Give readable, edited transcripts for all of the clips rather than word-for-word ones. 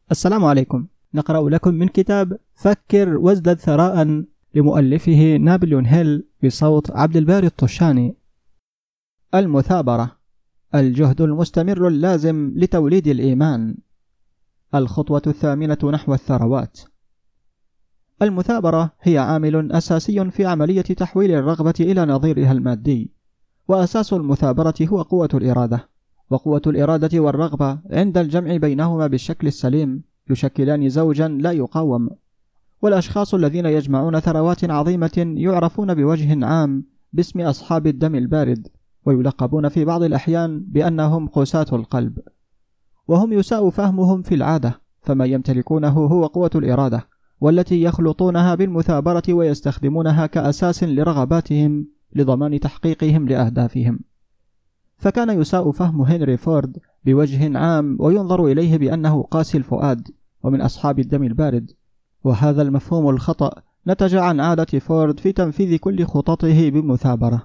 السلام عليكم. نقرأ لكم من كتاب فكر وازدد ثراء لمؤلفه نابليون هيل بصوت عبد الباري الطشاني. المثابرة، الجهد المستمر اللازم لتوليد الإيمان. الخطوة 8 نحو الثروات. المثابرة هي عامل أساسي في عملية تحويل الرغبة إلى نظيرها المادي، وأساس المثابرة هو قوة الإرادة، وقوة الإرادة والرغبة عند الجمع بينهما بالشكل السليم يشكلان زوجا لا يقاوم. والأشخاص الذين يجمعون ثروات عظيمة يعرفون بوجه عام باسم أصحاب الدم البارد، ويلقبون في بعض الأحيان بأنهم قساة القلب، وهم يساء فهمهم في العادة، فما يمتلكونه هو قوة الإرادة، والتي يخلطونها بالمثابرة ويستخدمونها كأساس لرغباتهم لضمان تحقيقهم لأهدافهم. فكان يساء فهم هنري فورد بوجه عام وينظر إليه بأنه قاسي الفؤاد ومن أصحاب الدم البارد، وهذا المفهوم الخطأ نتج عن عادة فورد في تنفيذ كل خططه بمثابرة.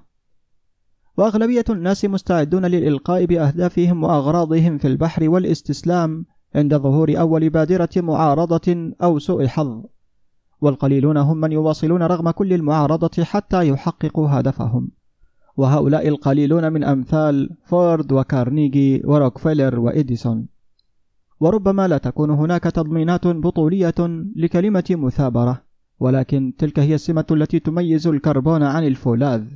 وأغلبية الناس مستعدون للإلقاء بأهدافهم وأغراضهم في البحر والاستسلام عند ظهور أول بادرة معارضة أو سوء حظ، والقليلون هم من يواصلون رغم كل المعارضة حتى يحققوا هدفهم، وهؤلاء القليلون من أمثال فورد وكارنيجي وروكفيلر وإديسون. وربما لا تكون هناك تضمينات بطولية لكلمة مثابرة، ولكن تلك هي السمة التي تميز الكربون عن الفولاذ.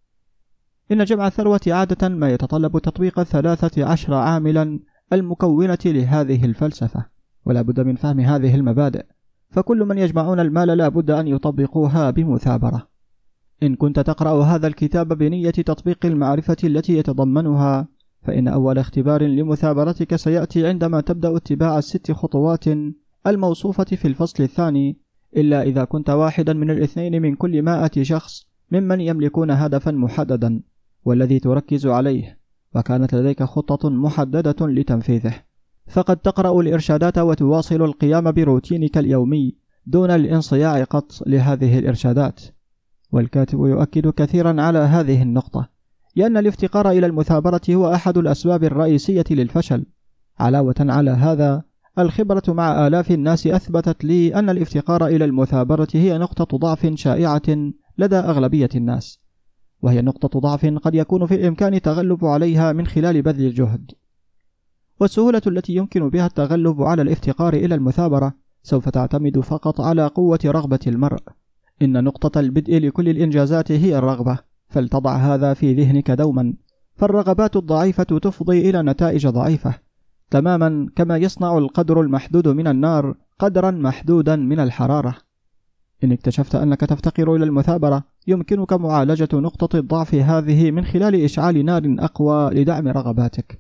إن جمع الثروة عادة ما يتطلب تطبيق 13 عاملا المكونة لهذه الفلسفة، ولا بد من فهم هذه المبادئ، فكل من يجمعون المال لا بد أن يطبقوها بمثابرة. إن كنت تقرأ هذا الكتاب بنية تطبيق المعرفة التي يتضمنها، فإن أول اختبار لمثابرتك سيأتي عندما تبدأ اتباع 6 خطوات الموصوفة في الفصل الثاني، إلا إذا كنت واحدا من 2 من كل 100 شخص ممن يملكون هدفا محددا والذي تركز عليه، وكانت لديك خطة محددة لتنفيذه، فقد تقرأ الإرشادات وتواصل القيام بروتينك اليومي دون الانصياع قط لهذه الإرشادات. والكاتب يؤكد كثيرا على هذه النقطة، لأن الافتقار إلى المثابرة هو أحد الأسباب الرئيسية للفشل. علاوة على هذا، الخبرة مع آلاف الناس أثبتت لي أن الافتقار إلى المثابرة هي نقطة ضعف شائعة لدى أغلبية الناس، وهي نقطة ضعف قد يكون في الإمكان التغلب عليها من خلال بذل الجهد. والسهولة التي يمكن بها التغلب على الافتقار إلى المثابرة سوف تعتمد فقط على قوة رغبة المرء. إن نقطة البدء لكل الإنجازات هي الرغبة، فلتضع هذا في ذهنك دوما، فالرغبات الضعيفة تفضي إلى نتائج ضعيفة، تماما كما يصنع القدر المحدود من النار قدرا محدودا من الحرارة. إن اكتشفت أنك تفتقر إلى المثابرة، يمكنك معالجة نقطة الضعف هذه من خلال إشعال نار أقوى لدعم رغباتك.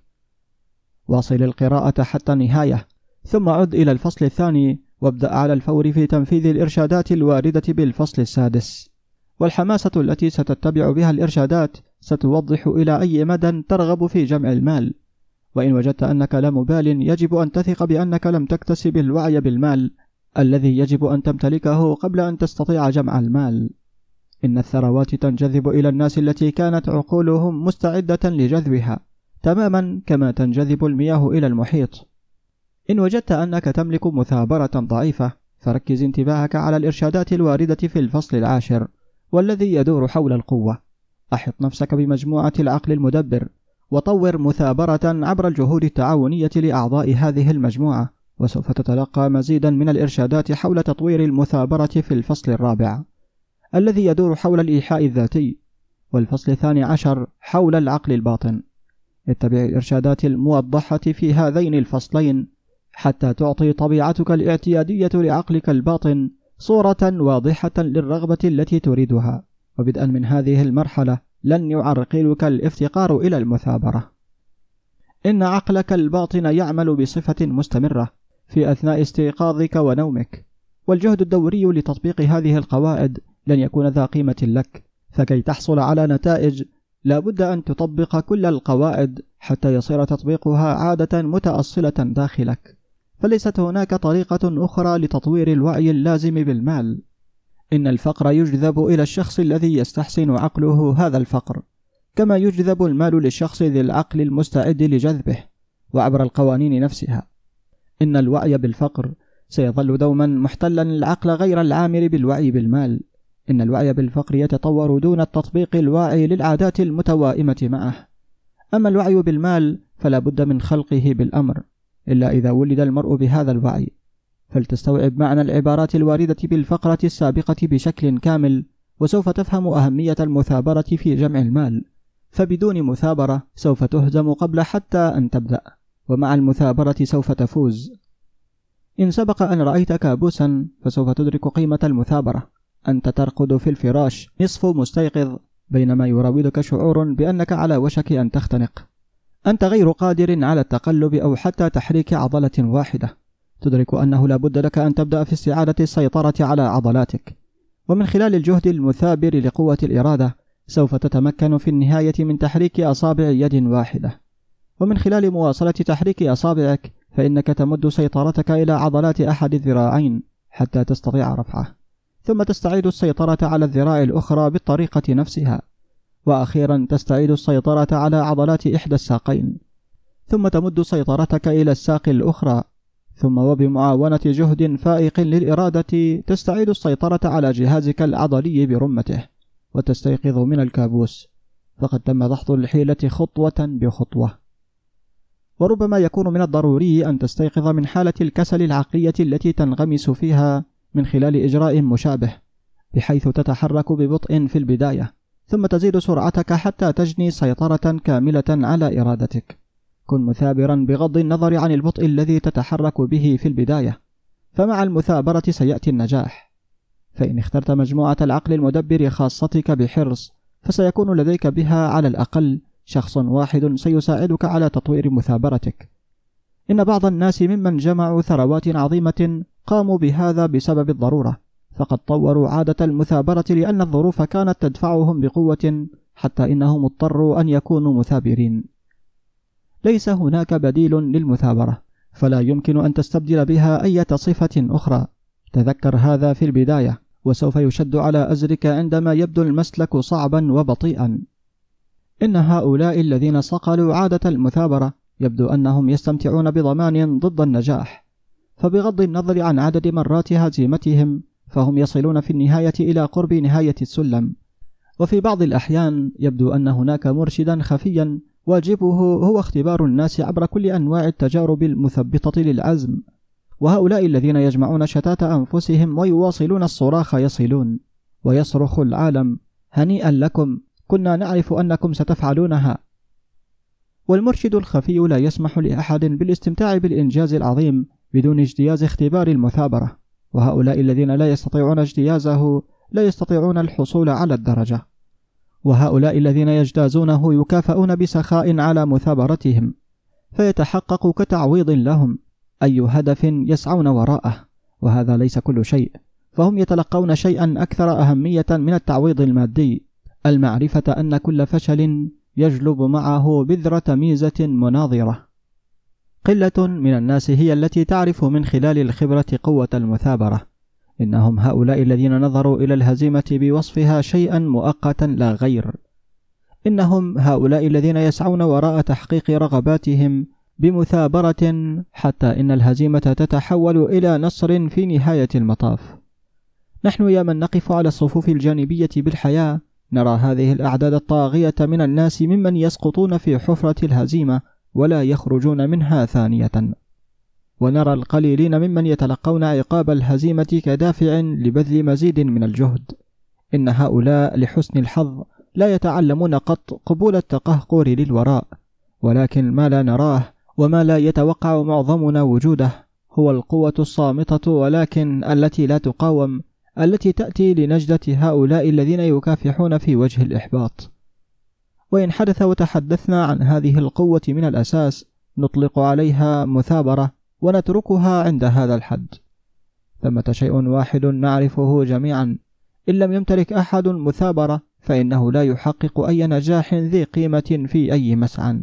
واصل القراءة حتى النهاية، ثم عد إلى الفصل الثاني وابدأ على الفور في تنفيذ الإرشادات الواردة بالفصل السادس. والحماسة التي ستتبع بها الإرشادات ستوضح إلى أي مدى ترغب في جمع المال. وإن وجدت أنك لا مبال، يجب أن تثق بأنك لم تكتسب الوعي بالمال الذي يجب أن تمتلكه قبل أن تستطيع جمع المال. إن الثروات تنجذب إلى الناس التي كانت عقولهم مستعدة لجذبها، تماما كما تنجذب المياه إلى المحيط. إن وجدت أنك تملك مثابرة ضعيفة، فركز انتباهك على الإرشادات الواردة في الفصل 10 والذي يدور حول القوة. أحط نفسك بمجموعة العقل المدبر، وطور مثابرة عبر الجهود التعاونية لأعضاء هذه المجموعة، وسوف تتلقى مزيدا من الإرشادات حول تطوير المثابرة في الفصل 4 الذي يدور حول الإيحاء الذاتي، والفصل 12 حول العقل الباطن. اتبع الإرشادات الموضحة في هذين الفصلين حتى تعطي طبيعتك الاعتيادية لعقلك الباطن صورة واضحة للرغبة التي تريدها، وبدءا من هذه المرحلة لن يعرقلك الافتقار إلى المثابرة. إن عقلك الباطن يعمل بصفة مستمرة في أثناء استيقاظك ونومك، والجهد الدوري لتطبيق هذه القواعد لن يكون ذا قيمة لك، فكي تحصل على نتائج لا بد أن تطبق كل القواعد حتى يصير تطبيقها عادة متأصلة داخلك، فليست هناك طريقة أخرى لتطوير الوعي اللازم بالمال. إن الفقر يجذب إلى الشخص الذي يستحسن عقله هذا الفقر، كما يجذب المال للشخص ذي العقل المستعد لجذبه، وعبر القوانين نفسها. إن الوعي بالفقر سيظل دوما محتلا العقل غير العامر بالوعي بالمال. إن الوعي بالفقر يتطور دون التطبيق الواعي للعادات المتوائمة معه. أما الوعي بالمال فلا بد من خلقه بالأمر، إلا إذا ولد المرء بهذا الوعي. فلتستوعب معنى العبارات الواردة بالفقرة السابقة بشكل كامل، وسوف تفهم أهمية المثابرة في جمع المال. فبدون مثابرة سوف تهزم قبل حتى أن تبدأ، ومع المثابرة سوف تفوز. إن سبق أن رأيت كابوسا فسوف تدرك قيمة المثابرة. أنت ترقد في الفراش نصف مستيقظ، بينما يراودك شعور بأنك على وشك أن تختنق. أنت غير قادر على التقلب أو حتى تحريك عضلة واحدة. تدرك أنه لا بد لك أن تبدأ في استعادة السيطرة على عضلاتك، ومن خلال الجهد المثابر لقوة الإرادة سوف تتمكن في النهاية من تحريك أصابع يد واحدة. ومن خلال مواصلة تحريك أصابعك فإنك تمد سيطرتك إلى عضلات أحد الذراعين حتى تستطيع رفعه، ثم تستعيد السيطرة على الذراع الأخرى بالطريقة نفسها، وأخيرا تستعيد السيطرة على عضلات إحدى الساقين، ثم تمد سيطرتك إلى الساق الأخرى، ثم وبمعاونة جهد فائق للإرادة تستعيد السيطرة على جهازك العضلي برمته، وتستيقظ من الكابوس. فقد تم دحض الحيلة خطوة بخطوة. وربما يكون من الضروري أن تستيقظ من حالة الكسل العقلية التي تنغمس فيها من خلال إجراء مشابه، بحيث تتحرك ببطء في البداية، ثم تزيد سرعتك حتى تجني سيطرة كاملة على إرادتك. كن مثابرا بغض النظر عن البطء الذي تتحرك به في البداية، فمع المثابرة سيأتي النجاح. فإن اخترت مجموعة العقل المدبر خاصتك بحرص، فسيكون لديك بها على الأقل شخص واحد سيساعدك على تطوير مثابرتك. إن بعض الناس ممن جمعوا ثروات عظيمة قاموا بهذا بسبب الضرورة، فقد طوروا عادة المثابرة لأن الظروف كانت تدفعهم بقوة حتى إنهم اضطروا أن يكونوا مثابرين. ليس هناك بديل للمثابرة، فلا يمكن أن تستبدل بها أي صفة أخرى. تذكر هذا في البداية، وسوف يشد على أزرك عندما يبدو المسلك صعبا وبطيئا. إن هؤلاء الذين صقلوا عادة المثابرة يبدو أنهم يستمتعون بضمان ضد النجاح، فبغض النظر عن عدد مرات هزيمتهم فهم يصلون في النهاية إلى قرب نهاية السلم. وفي بعض الأحيان يبدو أن هناك مرشدا خفيا واجبه هو اختبار الناس عبر كل أنواع التجارب المثبطة للعزم، وهؤلاء الذين يجمعون شتات أنفسهم ويواصلون الصراخ يصلون، ويصرخ العالم: هنيئا لكم، كنا نعرف أنكم ستفعلونها. والمرشد الخفي لا يسمح لأحد بالاستمتاع بالإنجاز العظيم بدون اجتياز اختبار المثابرة، وهؤلاء الذين لا يستطيعون اجتيازه لا يستطيعون الحصول على الدرجة، وهؤلاء الذين يجتازونه يكافئون بسخاء على مثابرتهم، فيتحقق كتعويض لهم أي هدف يسعون وراءه. وهذا ليس كل شيء، فهم يتلقون شيئا أكثر أهمية من التعويض المادي: المعرفة أن كل فشل يجلب معه بذرة ميزة مناظرة. قلة من الناس هي التي تعرف من خلال الخبرة قوة المثابرة. إنهم هؤلاء الذين نظروا إلى الهزيمة بوصفها شيئا مؤقتا لا غير. إنهم هؤلاء الذين يسعون وراء تحقيق رغباتهم بمثابرة حتى إن الهزيمة تتحول إلى نصر في نهاية المطاف. نحن يا من نقف على الصفوف الجانبية بالحياة نرى هذه الأعداد الطاغية من الناس ممن يسقطون في حفرة الهزيمة ولا يخرجون منها ثانية، ونرى القليلين ممن يتلقون عقاب الهزيمة كدافع لبذل مزيد من الجهد. إن هؤلاء لحسن الحظ لا يتعلمون قط قبول التقهقر للوراء، ولكن ما لا نراه وما لا يتوقع معظمنا وجوده هو القوة الصامتة ولكن التي لا تقاوم، التي تأتي لنجدة هؤلاء الذين يكافحون في وجه الإحباط. وإن حدث وتحدثنا عن هذه القوة من الأساس نطلق عليها مثابرة ونتركها عند هذا الحد. ثمة شيء واحد نعرفه جميعا: إن لم يمتلك أحد مثابرة فإنه لا يحقق أي نجاح ذي قيمة في أي مسعى.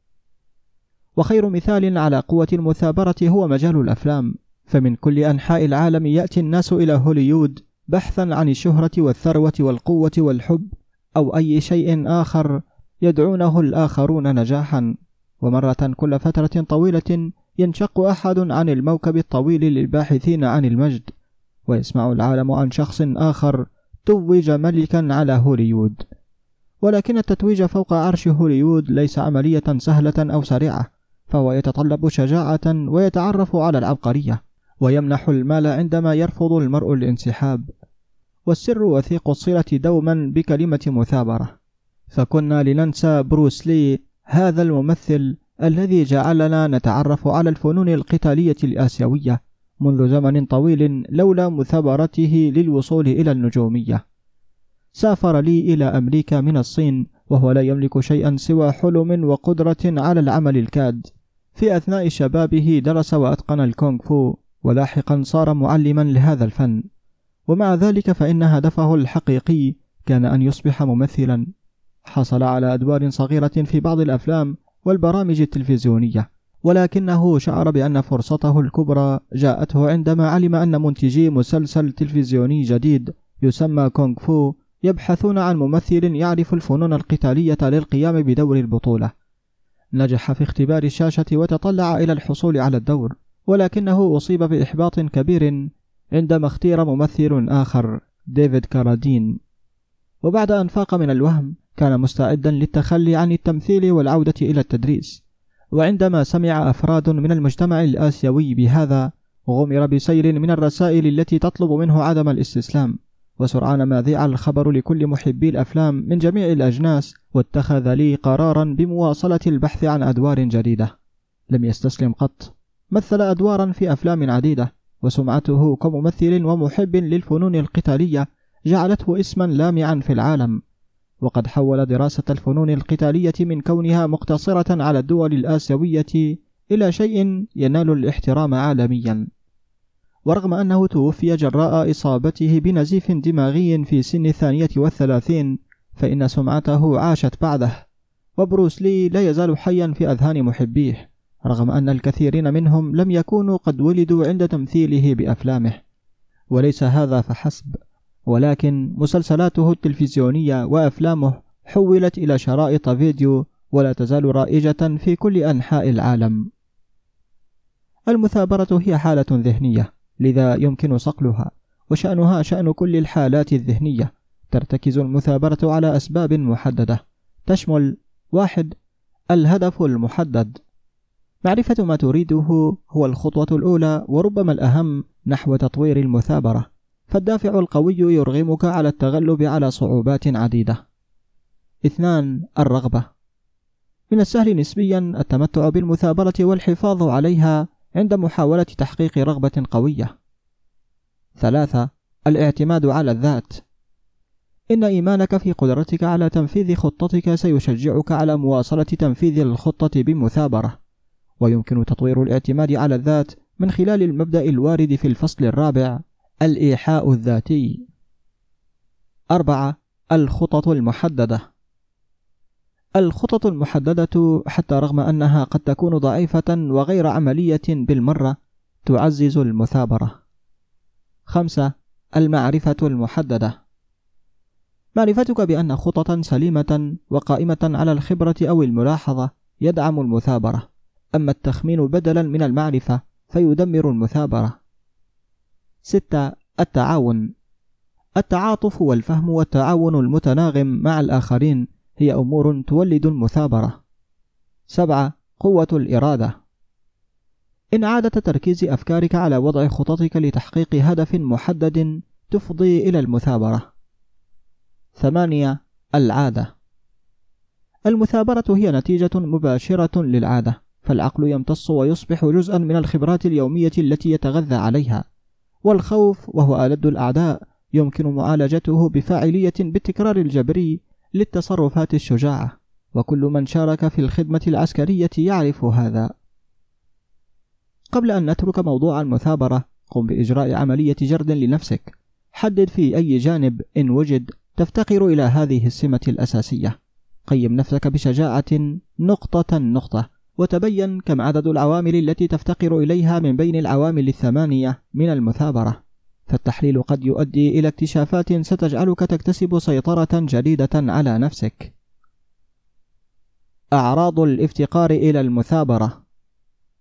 وخير مثال على قوة المثابرة هو مجال الأفلام، فمن كل أنحاء العالم يأتي الناس إلى هوليود بحثا عن الشهرة والثروة والقوة والحب أو أي شيء آخر يدعونه الآخرون نجاحا، ومرة كل فترة طويلة ينشق أحد عن الموكب الطويل للباحثين عن المجد، ويسمع العالم عن شخص آخر توج ملكا على هوليوود. ولكن التتويج فوق عرش هوليوود ليس عملية سهلة أو سريعة، فهو يتطلب شجاعة ويتعرف على العبقرية، ويمنح المال عندما يرفض المرء الانسحاب. والسر وثيق الصلة دوما بكلمة مثابرة. فكنا لننسى بروس لي، هذا الممثل الذي جعلنا نتعرف على الفنون القتالية الآسيوية منذ زمن طويل لولا مثابرته للوصول إلى النجومية. سافر لي إلى أمريكا من الصين وهو لا يملك شيئا سوى حلم وقدرة على العمل الكاد. في أثناء شبابه درس وأتقن الكونغ فو، ولاحقا صار معلما لهذا الفن. ومع ذلك فإن هدفه الحقيقي كان أن يصبح ممثلا. حصل على أدوار صغيرة في بعض الأفلام والبرامج التلفزيونية، ولكنه شعر بأن فرصته الكبرى جاءته عندما علم أن منتجي مسلسل تلفزيوني جديد يسمى كونغ فو يبحثون عن ممثل يعرف الفنون القتالية للقيام بدور البطولة. نجح في اختبار الشاشة وتطلع إلى الحصول على الدور، ولكنه أصيب بإحباط كبير عندما اختير ممثل آخر، ديفيد كارادين. وبعد أن فاق من الوهم كان مستعدا للتخلي عن التمثيل والعودة إلى التدريس. وعندما سمع أفراد من المجتمع الآسيوي بهذا غمر بسيل من الرسائل التي تطلب منه عدم الاستسلام، وسرعان ما ذاع الخبر لكل محبي الأفلام من جميع الأجناس، واتخذ لي قرارا بمواصلة البحث عن أدوار جديدة. لم يستسلم قط، مثل أدوارا في أفلام عديدة، وسمعته كممثل ومحب للفنون القتالية جعلته اسما لامعا في العالم. وقد حول دراسة الفنون القتالية من كونها مقتصرة على الدول الآسيوية إلى شيء ينال الاحترام عالميا. ورغم أنه توفي جراء إصابته بنزيف دماغي في سن 32، فإن سمعته عاشت بعده، وبروس لي لا يزال حيا في أذهان محبيه، رغم أن الكثيرين منهم لم يكونوا قد ولدوا عند تمثيله بأفلامه. وليس هذا فحسب، ولكن مسلسلاته التلفزيونية وأفلامه حولت إلى شرائط فيديو ولا تزال رائجة في كل أنحاء العالم. المثابرة هي حالة ذهنية، لذا يمكن صقلها، وشأنها شأن كل الحالات الذهنية. ترتكز المثابرة على أسباب محددة تشمل: 1. الهدف المحدد. معرفة ما تريده هو الخطوة الأولى وربما الأهم نحو تطوير المثابرة، فالدافع القوي يرغمك على التغلب على صعوبات عديدة. 2. الرغبة. من السهل نسبيا التمتع بالمثابرة والحفاظ عليها عند محاولة تحقيق رغبة قوية. 3. الاعتماد على الذات. إن إيمانك في قدرتك على تنفيذ خطتك سيشجعك على مواصلة تنفيذ الخطة بمثابرة، ويمكن تطوير الاعتماد على الذات من خلال المبدأ الوارد في الفصل الرابع، الإيحاء الذاتي. 4. الخطط المحددة. الخطط المحددة حتى رغم أنها قد تكون ضعيفة وغير عملية بالمرة تعزز المثابرة. 5. المعرفة المحددة. معرفتك بأن خططا سليمة وقائمة على الخبرة أو الملاحظة يدعم المثابرة، أما التخمين بدلا من المعرفة فيدمر المثابرة. 6. التعاون. التعاطف والفهم والتعاون المتناغم مع الآخرين هي أمور تولد المثابرة. 7. قوة الإرادة. إن عادة تركيز أفكارك على وضع خططك لتحقيق هدف محدد تفضي إلى المثابرة. 8. العادة. المثابرة هي نتيجة مباشرة للعادة، فالعقل يمتص ويصبح جزءا من الخبرات اليومية التي يتغذى عليها. والخوف وهو ألد الأعداء يمكن معالجته بفاعلية بالتكرار الجبري للتصرفات الشجاعة، وكل من شارك في الخدمة العسكرية يعرف هذا. قبل أن نترك موضوع المثابرة قم بإجراء عملية جرد لنفسك. حدد في أي جانب إن وجد تفتقر إلى هذه السمة الأساسية. قيم نفسك بشجاعة نقطة، وتبين كم عدد العوامل التي تفتقر إليها من بين العوامل 8 من المثابرة، فالتحليل قد يؤدي إلى اكتشافات ستجعلك تكتسب سيطرة جديدة على نفسك. أعراض الافتقار إلى المثابرة.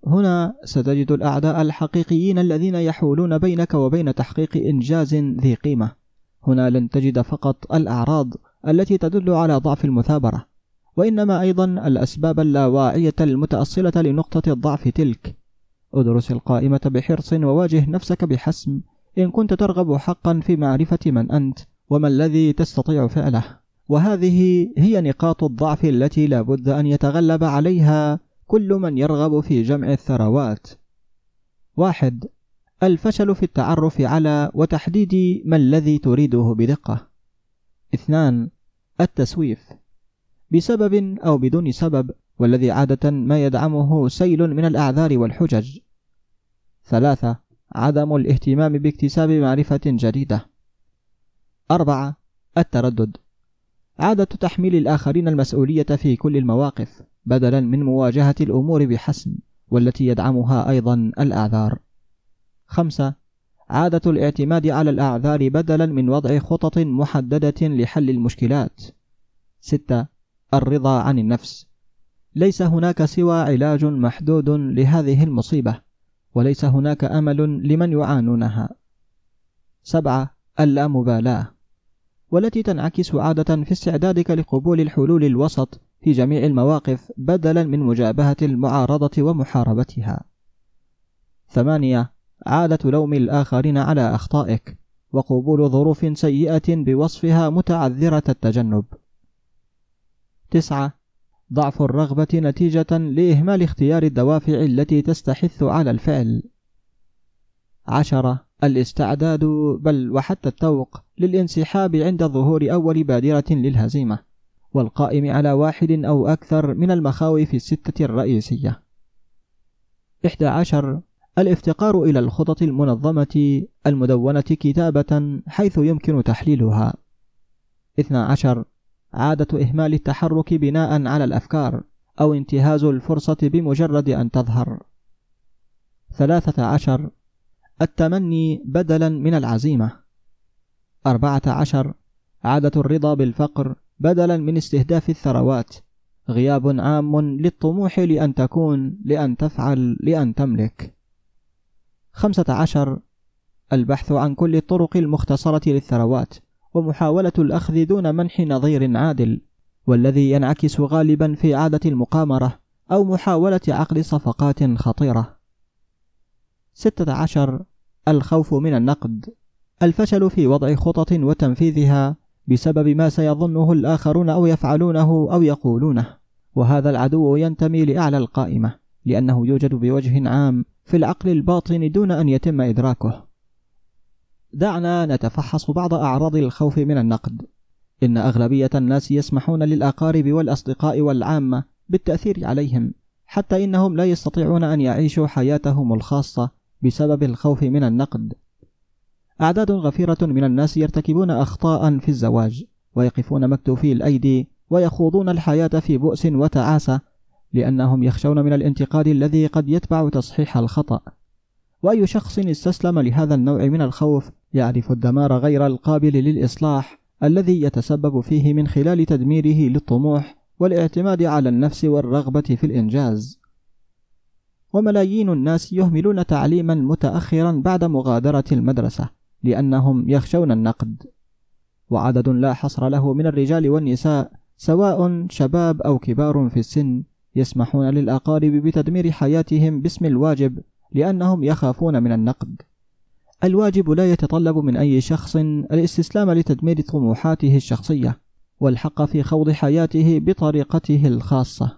هنا ستجد الأعداء الحقيقيين الذين يحولون بينك وبين تحقيق إنجاز ذي قيمة. هنا لن تجد فقط الأعراض التي تدل على ضعف المثابرة، وإنما أيضا الأسباب اللاواعية المتأصلة لنقطة الضعف تلك. ادرس القائمة بحرص وواجه نفسك بحسم إن كنت ترغب حقا في معرفة من أنت وما الذي تستطيع فعله، وهذه هي نقاط الضعف التي لا بد أن يتغلب عليها كل من يرغب في جمع الثروات. 1. الفشل في التعرف على وتحديد ما الذي تريده بدقة. 2. التسويف بسبب أو بدون سبب، والذي عادة ما يدعمه سيل من الأعذار والحجج. 3. عدم الاهتمام باكتساب معرفة جديدة. 4. التردد، عادة تحميل الآخرين المسؤولية في كل المواقف بدلا من مواجهة الأمور بحسم، والتي يدعمها أيضا الأعذار. 5. عادة الاعتماد على الأعذار بدلا من وضع خطط محددة لحل المشكلات. 6. الرضا عن النفس، ليس هناك سوى علاج محدود لهذه المصيبة، وليس هناك أمل لمن يعانونها. 7. اللامبالاة، والتي تنعكس عادة في استعدادك لقبول الحلول الوسط في جميع المواقف بدلا من مجابهة المعارضة ومحاربتها. 8. عادة لوم الآخرين على أخطائك وقبول ظروف سيئة بوصفها متعذرة التجنب. 9. ضعف الرغبة نتيجة لإهمال اختيار الدوافع التي تستحث على الفعل. 10. الاستعداد بل وحتى التوق للانسحاب عند ظهور أول بادرة للهزيمة، والقائم على واحد أو أكثر من المخاوف الستة الرئيسية. 11. الافتقار إلى الخطط المنظمة المدونة كتابة حيث يمكن تحليلها. 12. عادة إهمال التحرك بناء على الأفكار أو انتهاز الفرصة بمجرد أن تظهر. 13. التمني بدلا من العزيمة. 14. عادة الرضا بالفقر بدلا من استهداف الثروات، غياب عام للطموح لأن تكون، لأن تفعل، لأن تملك. 15. البحث عن كل الطرق المختصرة للثروات ومحاولة الأخذ دون منح نظير عادل، والذي ينعكس غالبا في عادة المقامرة أو محاولة عقد صفقات خطيرة. 16. الخوف من النقد، الفشل في وضع خطط وتنفيذها بسبب ما سيظنه الآخرون أو يفعلونه أو يقولونه، وهذا العدو ينتمي لأعلى القائمة لأنه يوجد بوجه عام في العقل الباطن دون أن يتم إدراكه. دعنا نتفحص بعض أعراض الخوف من النقد. إن أغلبية الناس يسمحون للأقارب والأصدقاء والعامة بالتأثير عليهم، حتى إنهم لا يستطيعون أن يعيشوا حياتهم الخاصة بسبب الخوف من النقد. أعداد غفيرة من الناس يرتكبون أخطاء في الزواج ويقفون مكتوفي الأيدي ويخوضون الحياة في بؤس وتعاسة لأنهم يخشون من الانتقاد الذي قد يتبع تصحيح الخطأ. وأي شخص استسلم لهذا النوع من الخوف يعرف الدمار غير القابل للإصلاح الذي يتسبب فيه من خلال تدميره للطموح والاعتماد على النفس والرغبة في الإنجاز. وملايين الناس يهملون تعليما متأخرا بعد مغادرة المدرسة لأنهم يخشون النقد. وعدد لا حصر له من الرجال والنساء سواء شباب أو كبار في السن يسمحون للأقارب بتدمير حياتهم باسم الواجب لأنهم يخافون من النقد. الواجب لا يتطلب من أي شخص الاستسلام لتدمير طموحاته الشخصية والحق في خوض حياته بطريقته الخاصة.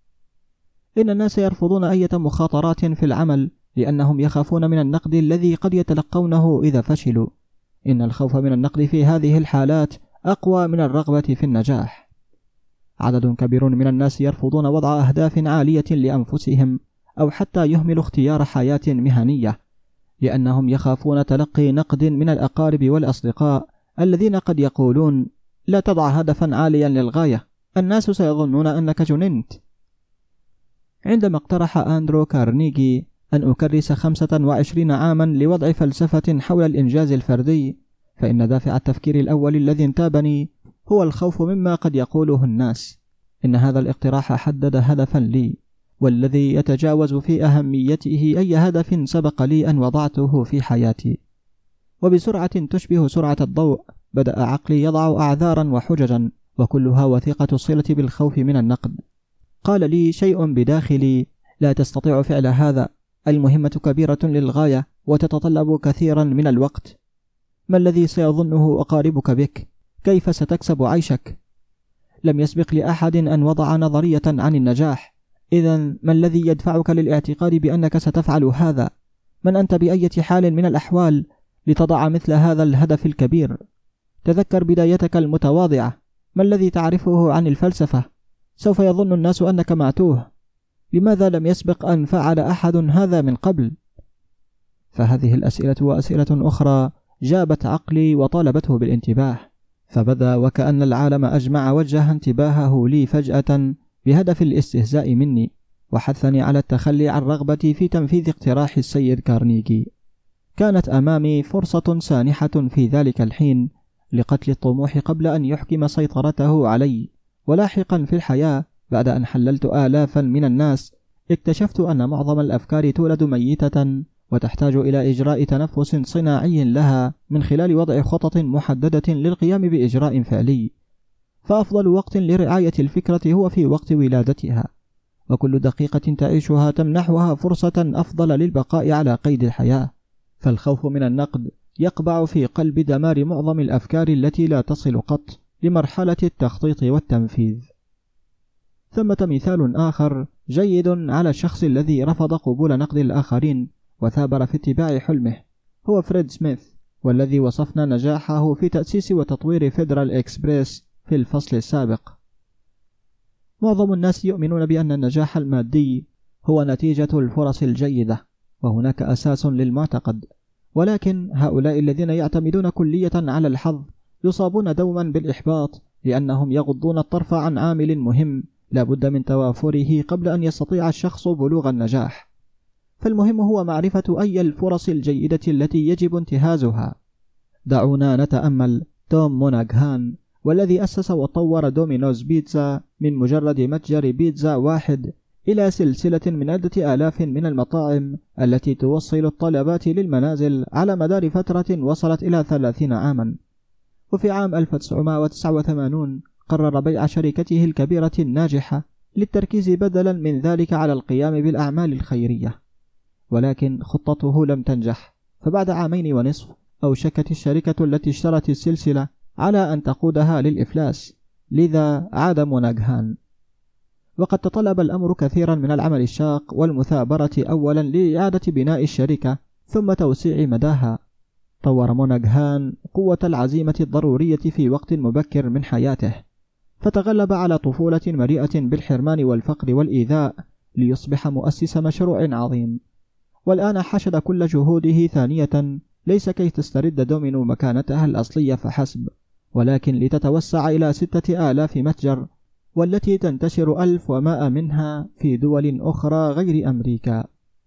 إن الناس يرفضون أي مخاطرات في العمل لأنهم يخافون من النقد الذي قد يتلقونه إذا فشلوا. إن الخوف من النقد في هذه الحالات أقوى من الرغبة في النجاح. عدد كبير من الناس يرفضون وضع أهداف عالية لأنفسهم أو حتى يهملوا اختيار حياة مهنية لأنهم يخافون تلقي نقد من الأقارب والأصدقاء الذين قد يقولون: لا تضع هدفا عاليا للغاية، الناس سيظنون أنك جننت. عندما اقترح أندرو كارنيجي أن أكرس 25 عاما لوضع فلسفة حول الإنجاز الفردي، فإن دافع التفكير الأول الذي انتابني هو الخوف مما قد يقوله الناس. إن هذا الاقتراح حدد هدفا لي، والذي يتجاوز في أهميته أي هدف سبق لي أن وضعته في حياتي. وبسرعة تشبه سرعة الضوء بدأ عقلي يضع أعذارا وحججا، وكلها وثيقة الصلة بالخوف من النقد. قال لي شيء بداخلي: لا تستطيع فعل هذا، المهمة كبيرة للغاية وتتطلب كثيرا من الوقت. ما الذي سيظنه أقاربك بك؟ كيف ستكسب عيشك؟ لم يسبق لأحد أن وضع نظرية عن النجاح، إذن ما الذي يدفعك للاعتقاد بأنك ستفعل هذا؟ من أنت بأية حال من الأحوال لتضع مثل هذا الهدف الكبير؟ تذكر بدايتك المتواضعة. ما الذي تعرفه عن الفلسفة؟ سوف يظن الناس أنك معتوه. لماذا لم يسبق أن فعل أحد هذا من قبل؟ فهذه الأسئلة وأسئلة أخرى جابت عقلي وطالبته بالانتباه، فبدا وكأن العالم أجمع وجه انتباهه لي فجأة بهدف الاستهزاء مني، وحثني على التخلي عن رغبتي في تنفيذ اقتراح السيد كارنيجي. كانت أمامي فرصة سانحة في ذلك الحين لقتل الطموح قبل أن يحكم سيطرته علي. ولاحقا في الحياة بعد أن حللت آلافا من الناس، اكتشفت أن معظم الأفكار تولد ميتة وتحتاج إلى إجراء تنفس صناعي لها من خلال وضع خطط محددة للقيام بإجراء فعلي. فأفضل وقت لرعاية الفكرة هو في وقت ولادتها، وكل دقيقة تعيشها تمنحها فرصة أفضل للبقاء على قيد الحياة. فالخوف من النقد يقبع في قلب دمار معظم الأفكار التي لا تصل قط لمرحلة التخطيط والتنفيذ. ثمة مثال آخر جيد على الشخص الذي رفض قبول نقد الآخرين وثابر في اتباع حلمه، هو فريد سميث، والذي وصفنا نجاحه في تأسيس وتطوير فيدرال إكسبريس في الفصل السابق. معظم الناس يؤمنون بأن النجاح المادي هو نتيجة الفرص الجيدة، وهناك أساس للمعتقد، ولكن هؤلاء الذين يعتمدون كلية على الحظ يصابون دوما بالإحباط، لأنهم يغضون الطرف عن عامل مهم لا بد من توافره قبل أن يستطيع الشخص بلوغ النجاح. فالمهم هو معرفة أي الفرص الجيدة التي يجب انتهازها. دعونا نتأمل توم موناغهان، والذي أسس وطور دومينوز بيتزا من مجرد متجر بيتزا واحد إلى سلسلة من عدة آلاف من المطاعم التي توصل الطلبات للمنازل على مدار فترة وصلت إلى 30 عاما. وفي عام 1989 قرر بيع شركته الكبيرة الناجحة للتركيز بدلا من ذلك على القيام بالأعمال الخيرية، ولكن خطته لم تنجح. فبعد 2.5 عام أوشكت الشركة التي اشترت السلسلة على أن تقودها للإفلاس، لذا عاد موناغهان. وقد تطلب الأمر كثيرا من العمل الشاق والمثابرة، أولا لإعادة بناء الشركة ثم توسيع مداها. طور موناغهان قوة العزيمة الضرورية في وقت مبكر من حياته، فتغلب على طفولة مليئة بالحرمان والفقر والإيذاء ليصبح مؤسس مشروع عظيم. والآن حشد كل جهوده ثانية، ليس كي تسترد دومينو مكانتها الأصلية فحسب، ولكن لتتوسع إلى 6000 متجر، والتي تنتشر 1100 منها في دول أخرى غير أمريكا.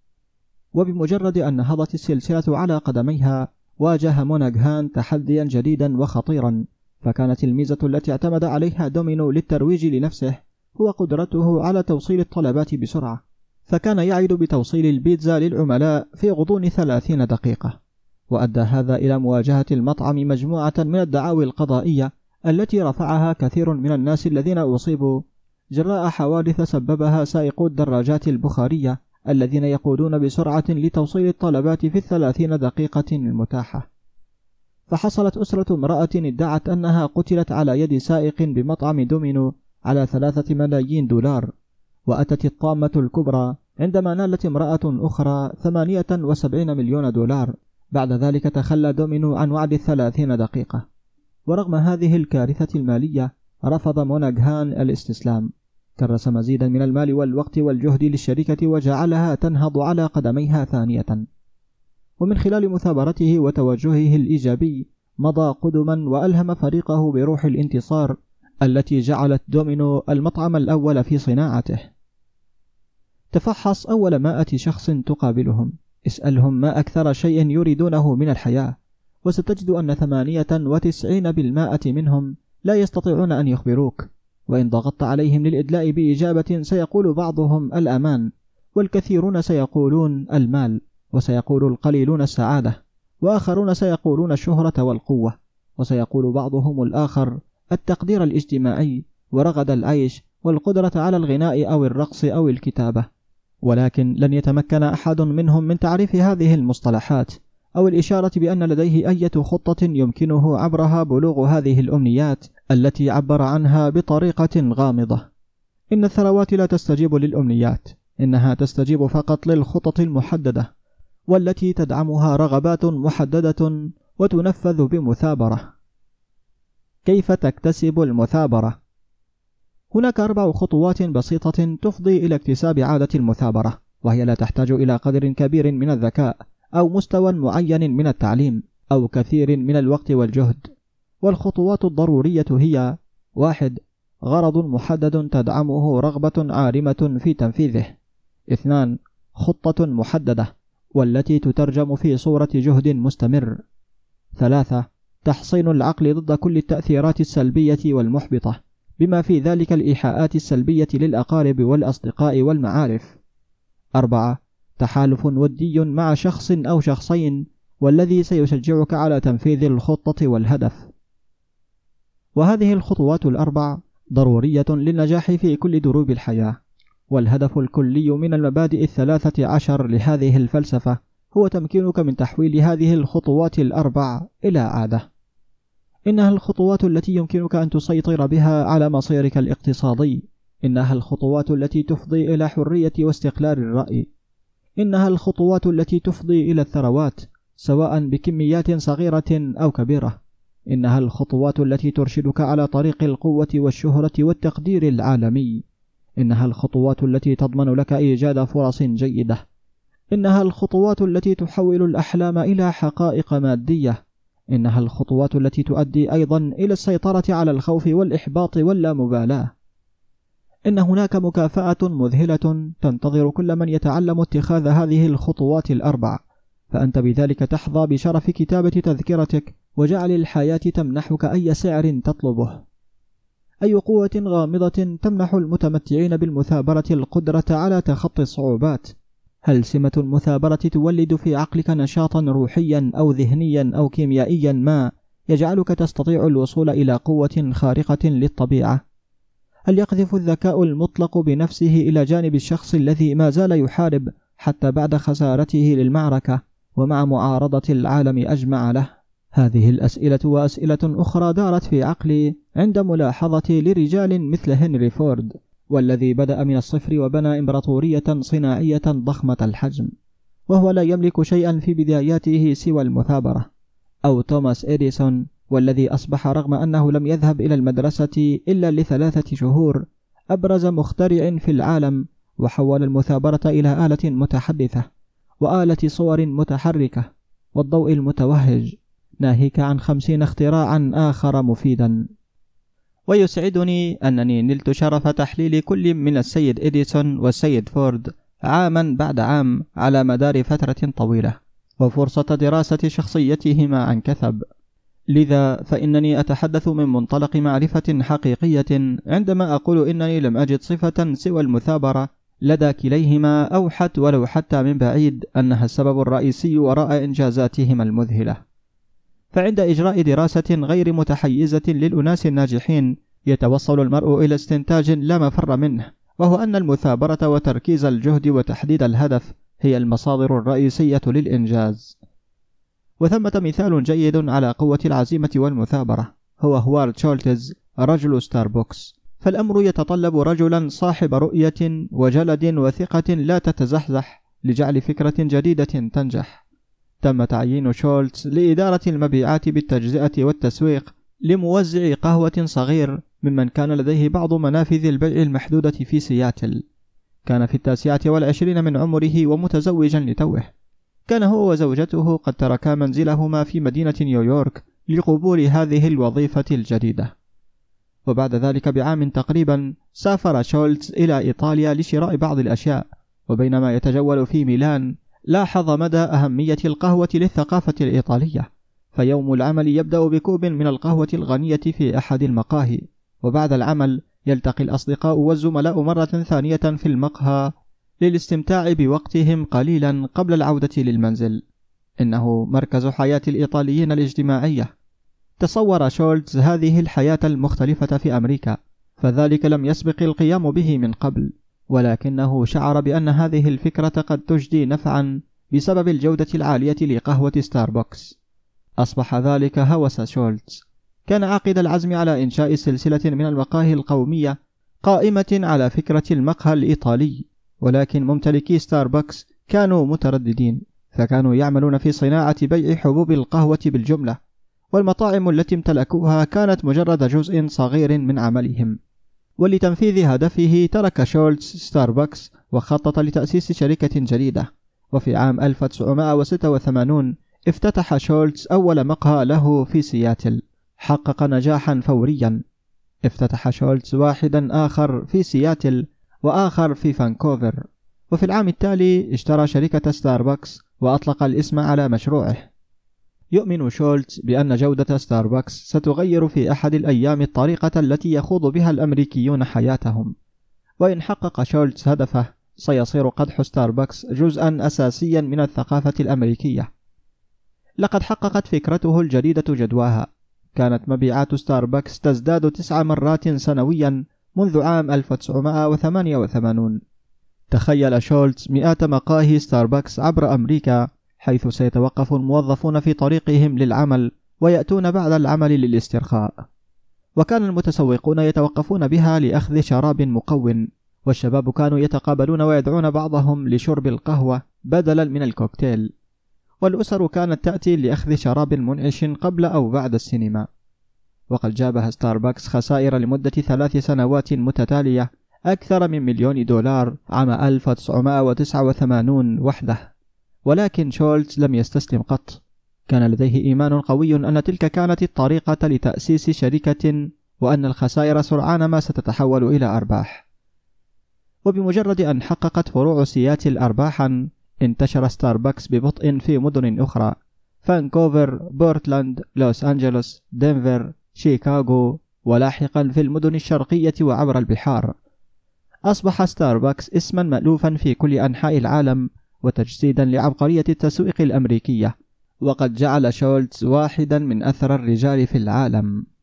وبمجرد أن نهضت السلسلة على قدميها، واجه موناغهان تحديا جديدا وخطيرا، فكانت الميزة التي اعتمد عليها دومينو للترويج لنفسه هو قدرته على توصيل الطلبات بسرعة، فكان يعد بتوصيل البيتزا للعملاء في غضون 30 دقيقة. وأدى هذا إلى مواجهة المطعم مجموعة من الدعاوي القضائية التي رفعها كثير من الناس الذين أصيبوا جراء حوادث سببها سائقو الدراجات البخارية الذين يقودون بسرعة لتوصيل الطلبات في 30 دقيقة المتاحة. فحصلت أسرة امرأة ادعت أنها قتلت على يد سائق بمطعم دومينو على 3 ملايين دولار، وأتت الطامة الكبرى عندما نالت امرأة أخرى 78 مليون دولار. بعد ذلك تخلى دومينو عن وعد 30 دقيقة. ورغم هذه الكارثة المالية رفض موناغهان الاستسلام، كرس مزيدا من المال والوقت والجهد للشركة وجعلها تنهض على قدميها ثانية. ومن خلال مثابرته وتوجهه الإيجابي مضى قدما وألهم فريقه بروح الانتصار التي جعلت دومينو المطعم الأول في صناعته. تفحص أول 100 شخص تقابلهم، اسألهم ما أكثر شيء يريدونه من الحياة، وستجد أن 98% منهم لا يستطيعون أن يخبروك، وإن ضغطت عليهم للإدلاء بإجابة سيقول بعضهم الأمان، والكثيرون سيقولون المال، وسيقول القليلون السعادة، وآخرون سيقولون الشهرة والقوة، وسيقول بعضهم الآخر التقدير الاجتماعي ورغد العيش والقدرة على الغناء أو الرقص أو الكتابة. ولكن لن يتمكن أحد منهم من تعريف هذه المصطلحات أو الإشارة بأن لديه أي خطة يمكنه عبرها بلوغ هذه الأمنيات التي عبر عنها بطريقة غامضة. إن الثروات لا تستجيب للأمنيات، إنها تستجيب فقط للخطط المحددة والتي تدعمها رغبات محددة وتنفذ بمثابرة. كيف تكتسب المثابرة؟ هناك 4 خطوات بسيطة تفضي إلى اكتساب عادة المثابرة، وهي لا تحتاج إلى قدر كبير من الذكاء أو مستوى معين من التعليم أو كثير من الوقت والجهد. والخطوات الضرورية هي: 1. غرض محدد تدعمه رغبة عارمة في تنفيذه. 2. خطة محددة والتي تترجم في صورة جهد مستمر. 3. تحصين العقل ضد كل التأثيرات السلبية والمحبطة، بما في ذلك الإيحاءات السلبية للأقارب والأصدقاء والمعارف. 4. تحالف ودي مع شخص أو شخصين والذي سيشجعك على تنفيذ الخطة والهدف. وهذه الخطوات ال4 ضرورية للنجاح في كل دروب الحياة. والهدف الكلي من المبادئ 13 لهذه الفلسفة هو تمكينك من تحويل هذه الخطوات ال4 إلى عادة. إنها الخطوات التي يمكنك أن تسيطر بها على مصيرك الاقتصادي. إنها الخطوات التي تفضي إلى حرية واستقلال الرأي. إنها الخطوات التي تفضي إلى الثروات سواء بكميات صغيرة أو كبيرة. إنها الخطوات التي ترشدك على طريق القوة والشهرة والتقدير العالمي. إنها الخطوات التي تضمن لك إيجاد فرص جيدة. إنها الخطوات التي تحول الأحلام إلى حقائق مادية. إنها الخطوات التي تؤدي أيضا إلى السيطرة على الخوف والإحباط واللامبالاة. إن هناك مكافأة مذهلة تنتظر كل من يتعلم اتخاذ هذه الخطوات ال4، فأنت بذلك تحظى بشرف كتابة تذكرتك وجعل الحياة تمنحك أي سعر تطلبه. أي قوة غامضة تمنح المتمتعين بالمثابرة القدرة على تخطي الصعوبات. هل سمة المثابرة تولد في عقلك نشاطا روحيا أو ذهنيا أو كيميائيا ما يجعلك تستطيع الوصول إلى قوة خارقة للطبيعة؟ هل يقذف الذكاء المطلق بنفسه إلى جانب الشخص الذي ما زال يحارب حتى بعد خسارته للمعركة ومع معارضة العالم أجمع له؟ هذه الأسئلة وأسئلة أخرى دارت في عقلي عند ملاحظتي لرجال مثل هنري فورد، والذي بدأ من الصفر وبنى إمبراطورية صناعية ضخمة الحجم وهو لا يملك شيئا في بداياته سوى المثابرة. أو توماس إديسون، والذي أصبح رغم أنه لم يذهب إلى المدرسة إلا ل3 شهور أبرز مخترع في العالم، وحول المثابرة إلى آلة متحدثة وآلة صور متحركة والضوء المتوهج، ناهيك عن 50 اختراعا آخر مفيدا. ويسعدني أنني نلت شرف تحليل كل من السيد إديسون والسيد فورد عاما بعد عام على مدار فترة طويلة، وفرصة دراسة شخصيتهما عن كثب. لذا فإنني أتحدث من منطلق معرفة حقيقية عندما أقول إنني لم أجد صفة سوى المثابرة لدى كليهما، أوحت ولو حتى من بعيد أنها السبب الرئيسي وراء إنجازاتهما المذهلة. فعند إجراء دراسة غير متحيزة للأناس الناجحين يتوصل المرء إلى استنتاج لا مفر منه، وهو أن المثابرة وتركيز الجهد وتحديد الهدف هي المصادر الرئيسية للإنجاز. وثمة مثال جيد على قوة العزيمة والمثابرة هو هوارد شولتز رجل ستاربكس. فالأمر يتطلب رجلا صاحب رؤية وجلد وثقة لا تتزحزح لجعل فكرة جديدة تنجح. تم تعيين شولتز لإدارة المبيعات بالتجزئة والتسويق لموزع قهوة صغير ممن كان لديه بعض منافذ البيع المحدودة في سياتل. كان في 29 من عمره ومتزوجا لتوه. كان هو وزوجته قد تركا منزلهما في مدينة نيويورك لقبول هذه الوظيفة الجديدة. وبعد ذلك بعام تقريبا سافر شولتز إلى إيطاليا لشراء بعض الأشياء، وبينما يتجول في ميلان لاحظ مدى أهمية القهوة للثقافة الإيطالية. فيوم العمل يبدأ بكوب من القهوة الغنية في أحد المقاهي، وبعد العمل يلتقي الأصدقاء والزملاء مرة ثانية في المقهى للاستمتاع بوقتهم قليلا قبل العودة للمنزل. إنه مركز حياة الإيطاليين الاجتماعية. تصور شولتز هذه الحياة المختلفة في أمريكا، فذلك لم يسبق القيام به من قبل، ولكنه شعر بأن هذه الفكرة قد تجدي نفعا بسبب الجودة العالية لقهوة ستاربكس. أصبح ذلك هوس شولتز. كان عاقد العزم على إنشاء سلسلة من المقاهي القومية قائمة على فكرة المقهى الإيطالي، ولكن ممتلكي ستاربكس كانوا مترددين، فكانوا يعملون في صناعة بيع حبوب القهوة بالجملة، والمطاعم التي امتلكوها كانت مجرد جزء صغير من عملهم. ولتنفيذ هدفه ترك شولتز ستاربكس وخطط لتأسيس شركة جديدة. وفي عام 1986 افتتح شولتز أول مقهى له في سياتل، حقق نجاحا فوريا. افتتح شولتز واحدا آخر في سياتل وآخر في فانكوفر، وفي العام التالي اشترى شركة ستاربكس وأطلق الاسم على مشروعه. يؤمن شولتز بأن جودة ستاربكس ستغير في أحد الأيام الطريقة التي يخوض بها الأمريكيون حياتهم، وإن حقق شولتز هدفه سيصير قدح ستاربكس جزءا أساسيا من الثقافة الأمريكية. لقد حققت فكرته الجديدة جدواها. كانت مبيعات ستاربكس تزداد 9 مرات سنويا منذ عام 1988. تخيل شولتز 100 مقاهي ستاربكس عبر أمريكا، حيث سيتوقف الموظفون في طريقهم للعمل ويأتون بعد العمل للاسترخاء. وكان المتسوقون يتوقفون بها لأخذ شراب مقوٍ، والشباب كانوا يتقابلون ويدعون بعضهم لشرب القهوة بدلا من الكوكتيل، والأسر كانت تأتي لأخذ شراب منعش قبل أو بعد السينما. وقد جابها ستاربكس خسائر لمدة 3 سنوات متتالية أكثر من $1,000,000 عام 1989 وحده. ولكن شولتز لم يستسلم قط. كان لديه إيمان قوي أن تلك كانت الطريقة لتأسيس شركة، وأن الخسائر سرعان ما ستتحول إلى أرباح. وبمجرد أن حققت فروع سياتل أرباحا، انتشر ستاربكس ببطء في مدن أخرى: فانكوفر، بورتلاند، لوس أنجلوس، دنفر، شيكاغو، ولاحقا في المدن الشرقية وعبر البحار. أصبح ستاربكس اسما مألوفا في كل أنحاء العالم، وتجسيدا لعبقرية التسويق الأمريكية، وقد جعل شولتز واحدا من أثرى الرجال في العالم.